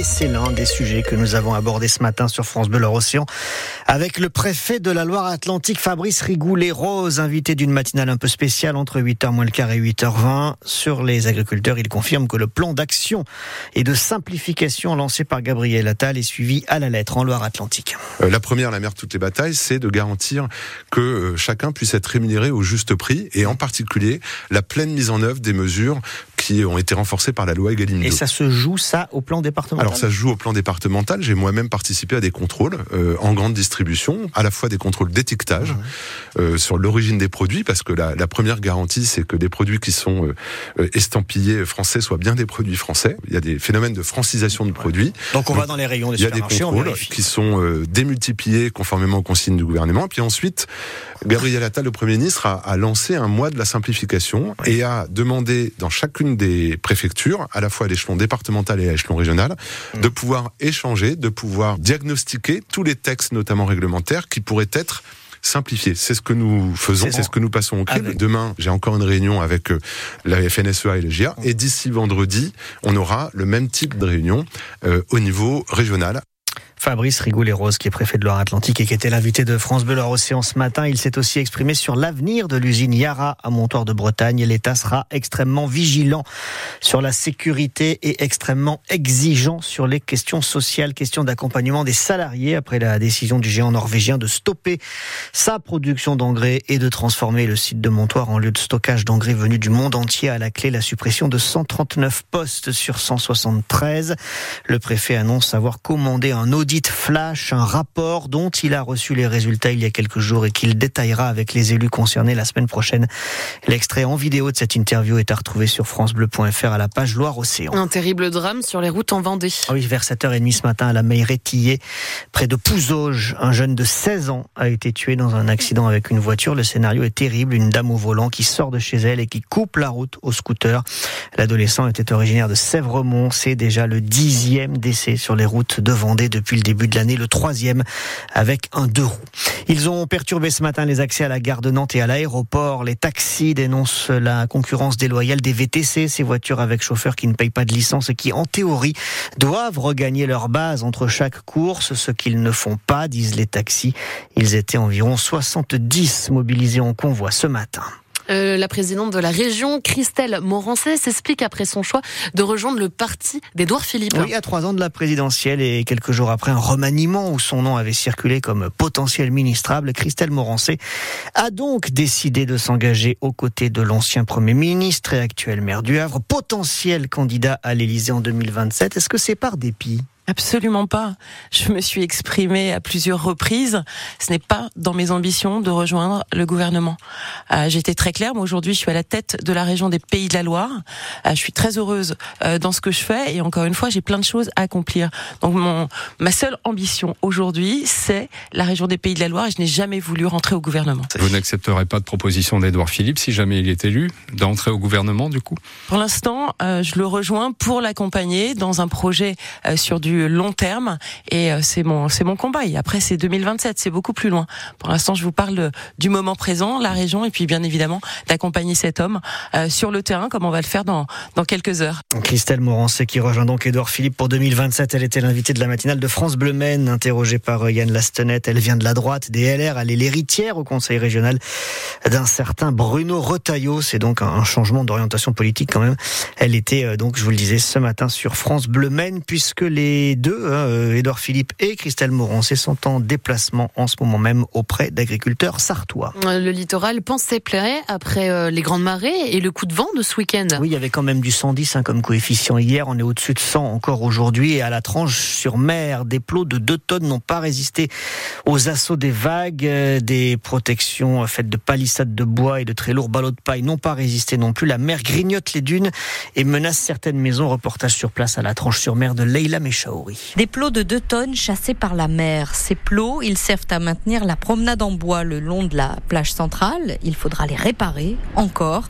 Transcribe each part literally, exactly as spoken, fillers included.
c'est l'un des sujets que nous avons abordé ce matin sur France Bleu Loire-Océan avec le préfet de la Loire-Atlantique, Fabrice Rigoulet-Rose, invité d'une matinale un peu spéciale entre huit heures moins le quart et huit heures vingt. Sur les agriculteurs, il confirme que le plan d'action et de simplification lancé par Gabriel Attal est suivi à la lettre en Loire-Atlantique. Euh, la première, la mère de toutes les batailles, c'est de garantir que euh, chacun puisse être rémunéré au juste prix et en particulier la pleine mise en œuvre des mesures qui ont été renforcées par la loi Egalim deux. Et ça se joue, ça, au plan départemental ? Alors, ça se joue au plan départemental. J'ai moi-même participé à des contrôles euh, en grande distribution, à la fois des contrôles d'étiquetage mmh. euh, sur l'origine des produits, parce que la, la première garantie, c'est que des produits qui sont euh, estampillés français soient bien des produits français. Il y a des phénomènes de francisation de produits. Donc, on Donc, va dans les rayons des supermarchés, on vérifie. Il y a des contrôles qui sont euh, démultipliés conformément aux consignes du gouvernement. Puis ensuite, Gabriel Attal, le Premier ministre, a, a lancé un mois de la simplification oui. et a demandé dans chacune des préfectures, à la fois à l'échelon départemental et à l'échelon régional, mmh. de pouvoir échanger, de pouvoir diagnostiquer tous les textes, notamment réglementaires, qui pourraient être simplifiés. C'est ce que nous faisons, c'est, c'est ce que nous passons au crible. Avec... Demain, j'ai encore une réunion avec la F N S E A et le G I A, mmh. et d'ici vendredi, on aura le même type de réunion euh, au niveau régional. Fabrice Rigoulet-Rose, qui est préfet de Loire-Atlantique et qui était l'invité de France Bleu Loire-Océan ce matin. Il s'est aussi exprimé sur l'avenir de l'usine Yara à Montoire de Bretagne. L'État sera extrêmement vigilant sur la sécurité et extrêmement exigeant sur les questions sociales, questions d'accompagnement des salariés après la décision du géant norvégien de stopper sa production d'engrais et de transformer le site de Montoire en lieu de stockage d'engrais venus du monde entier. À la clé, la suppression de cent trente-neuf postes sur cent soixante-treize. Le préfet annonce avoir commandé un audit flash, un rapport dont il a reçu les résultats il y a quelques jours et qu'il détaillera avec les élus concernés la semaine prochaine. L'extrait en vidéo de cette interview est à retrouver sur francebleu point f r à la page Loire-Océan. Un terrible drame sur les routes en Vendée. Oui, vers sept heures trente ce matin à la Meilleray-Tillé, près de Pouzauges, un jeune de seize ans a été tué dans un accident avec une voiture. Le scénario est terrible, une dame au volant qui sort de chez elle et qui coupe la route au scooter. L'adolescent était originaire de Sèvremont, c'est déjà le dixième décès sur les routes de Vendée depuis le début de l'année, le troisième avec un deux roues. Ils ont perturbé ce matin les accès à la gare de Nantes et à l'aéroport. Les taxis dénoncent la concurrence déloyale des V T C, ces voitures avec chauffeurs qui ne payent pas de licence et qui, en théorie, doivent regagner leur base entre chaque course, ce qu'ils ne font pas, disent les taxis. Ils étaient environ soixante-dix mobilisés en convoi ce matin. Euh, la présidente de la région, Christelle Morancet, s'explique après son choix de rejoindre le parti d'Édouard Philippe. Oui, à trois ans de la présidentielle et quelques jours après un remaniement où son nom avait circulé comme potentiel ministrable, Christelle Morancet a donc décidé de s'engager aux côtés de l'ancien Premier ministre et actuel maire du Havre, potentiel candidat à l'Élysée en deux mille vingt-sept. Est-ce que c'est par dépit ? Absolument pas. Je me suis exprimée à plusieurs reprises. Ce n'est pas dans mes ambitions de rejoindre le gouvernement. Euh, j'ai été très claire. Moi, aujourd'hui, je suis à la tête de la région des Pays de la Loire. Euh, je suis très heureuse euh, dans ce que je fais. Et encore une fois, j'ai plein de choses à accomplir. Donc, mon, ma seule ambition aujourd'hui, c'est la région des Pays de la Loire. Et je n'ai jamais voulu rentrer au gouvernement. Vous n'accepterez pas de proposition d'Édouard Philippe si jamais il est élu, d'entrer au gouvernement, du coup ? Pour l'instant, euh, je le rejoins pour l'accompagner dans un projet euh, sur du long terme et c'est mon c'est mon combat. Et après c'est deux mille vingt-sept, c'est beaucoup plus loin. Pour l'instant, je vous parle du moment présent, la région et puis bien évidemment d'accompagner cet homme euh, sur le terrain comme on va le faire dans dans quelques heures. Christelle Morancet qui rejoint donc Édouard Philippe pour deux mille vingt-sept, elle était l'invitée de la matinale de France Bleu Maine, interrogée par Yann Lastenette. Elle vient de la droite des L R, elle est l'héritière au conseil régional d'un certain Bruno Retailleau. C'est donc un changement d'orientation politique quand même. Elle était donc, je vous le disais, ce matin sur France Bleu Maine puisque les Les deux, hein, Édouard Philippe et Christelle Morancet, sont en déplacement en ce moment même auprès d'agriculteurs sartois. Le littoral pensait plaire après euh, les grandes marées et le coup de vent de ce week-end. Oui, il y avait quand même du cent dix hein, comme coefficient hier. On est au-dessus de cent encore aujourd'hui. Et à la Tranche-sur-Mer, des plots de deux tonnes n'ont pas résisté aux assauts des vagues. Des protections faites de palissades de bois et de très lourds ballots de paille n'ont pas résisté non plus. La mer grignote les dunes et menace certaines maisons. Reportage sur place à la Tranche-sur-Mer de Leïla Méchaoui. Des plots de deux tonnes chassés par la mer. Ces plots, ils servent à maintenir la promenade en bois le long de la plage centrale. Il faudra les réparer encore.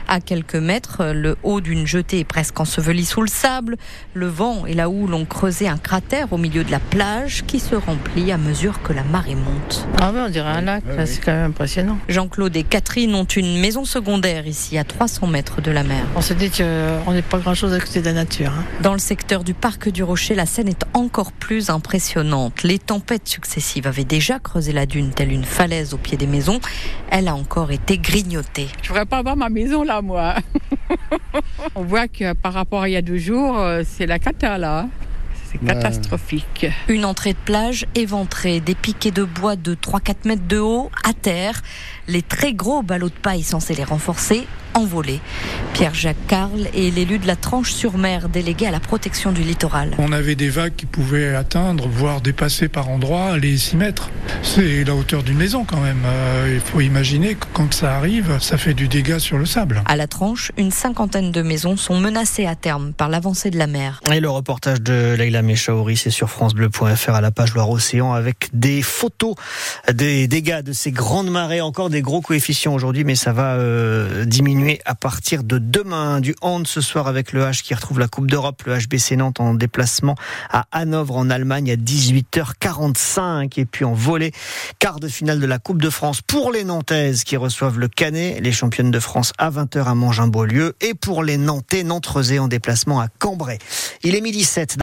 À quelques mètres, le haut d'une jetée est presque enseveli sous le sable. Le vent et la houle ont creusé un cratère au milieu de la plage qui se remplit à mesure que la marée monte. Ah oui, on dirait un lac, là, c'est quand même impressionnant. Jean-Claude et Catherine ont une maison secondaire ici à trois cents mètres de la mer. On se dit qu'on n'est pas grand-chose à côté de la nature. Hein. Dans le secteur du parc du Rocher, la scène est encore plus impressionnante. Les tempêtes successives avaient déjà creusé la dune telle une falaise au pied des maisons. Elle a encore été grignotée. Je ne voudrais pas avoir ma maison là, moi. On voit que par rapport à il y a deux jours, c'est la cata là. C'est catastrophique. Une entrée de plage éventrée, des piquets de bois de trois à quatre mètres de haut à terre. Les très gros ballots de paille censés les renforcer, envolés. Pierre-Jacques Carle est l'élu de la Tranche-sur-Mer, délégué à la protection du littoral. On avait des vagues qui pouvaient atteindre, voire dépasser par endroits les six mètres. C'est la hauteur d'une maison quand même. Euh, il faut imaginer que quand ça arrive, ça fait du dégât sur le sable. À la Tranche, une cinquantaine de maisons sont menacées à terme par l'avancée de la mer. Et le reportage de Leïla Mechaouri, c'est sur francebleu point f r à la page Loire-Océan avec des photos des dégâts de ces grandes marées. Encore des gros coefficients aujourd'hui, mais ça va euh, diminuer à partir de demain. Du hand ce soir avec le H qui retrouve la Coupe d'Europe, le H B C Nantes en déplacement à Hanovre en Allemagne à dix-huit heures quarante-cinq. Et puis en volley, quart de finale de la Coupe de France pour les Nantaises qui reçoivent le Canet, les championnes de France à vingt heures à Mongin-Beaulieu. Et pour les Nantais, Nantes-Rezé en déplacement à Cambrai. Il est midi sept.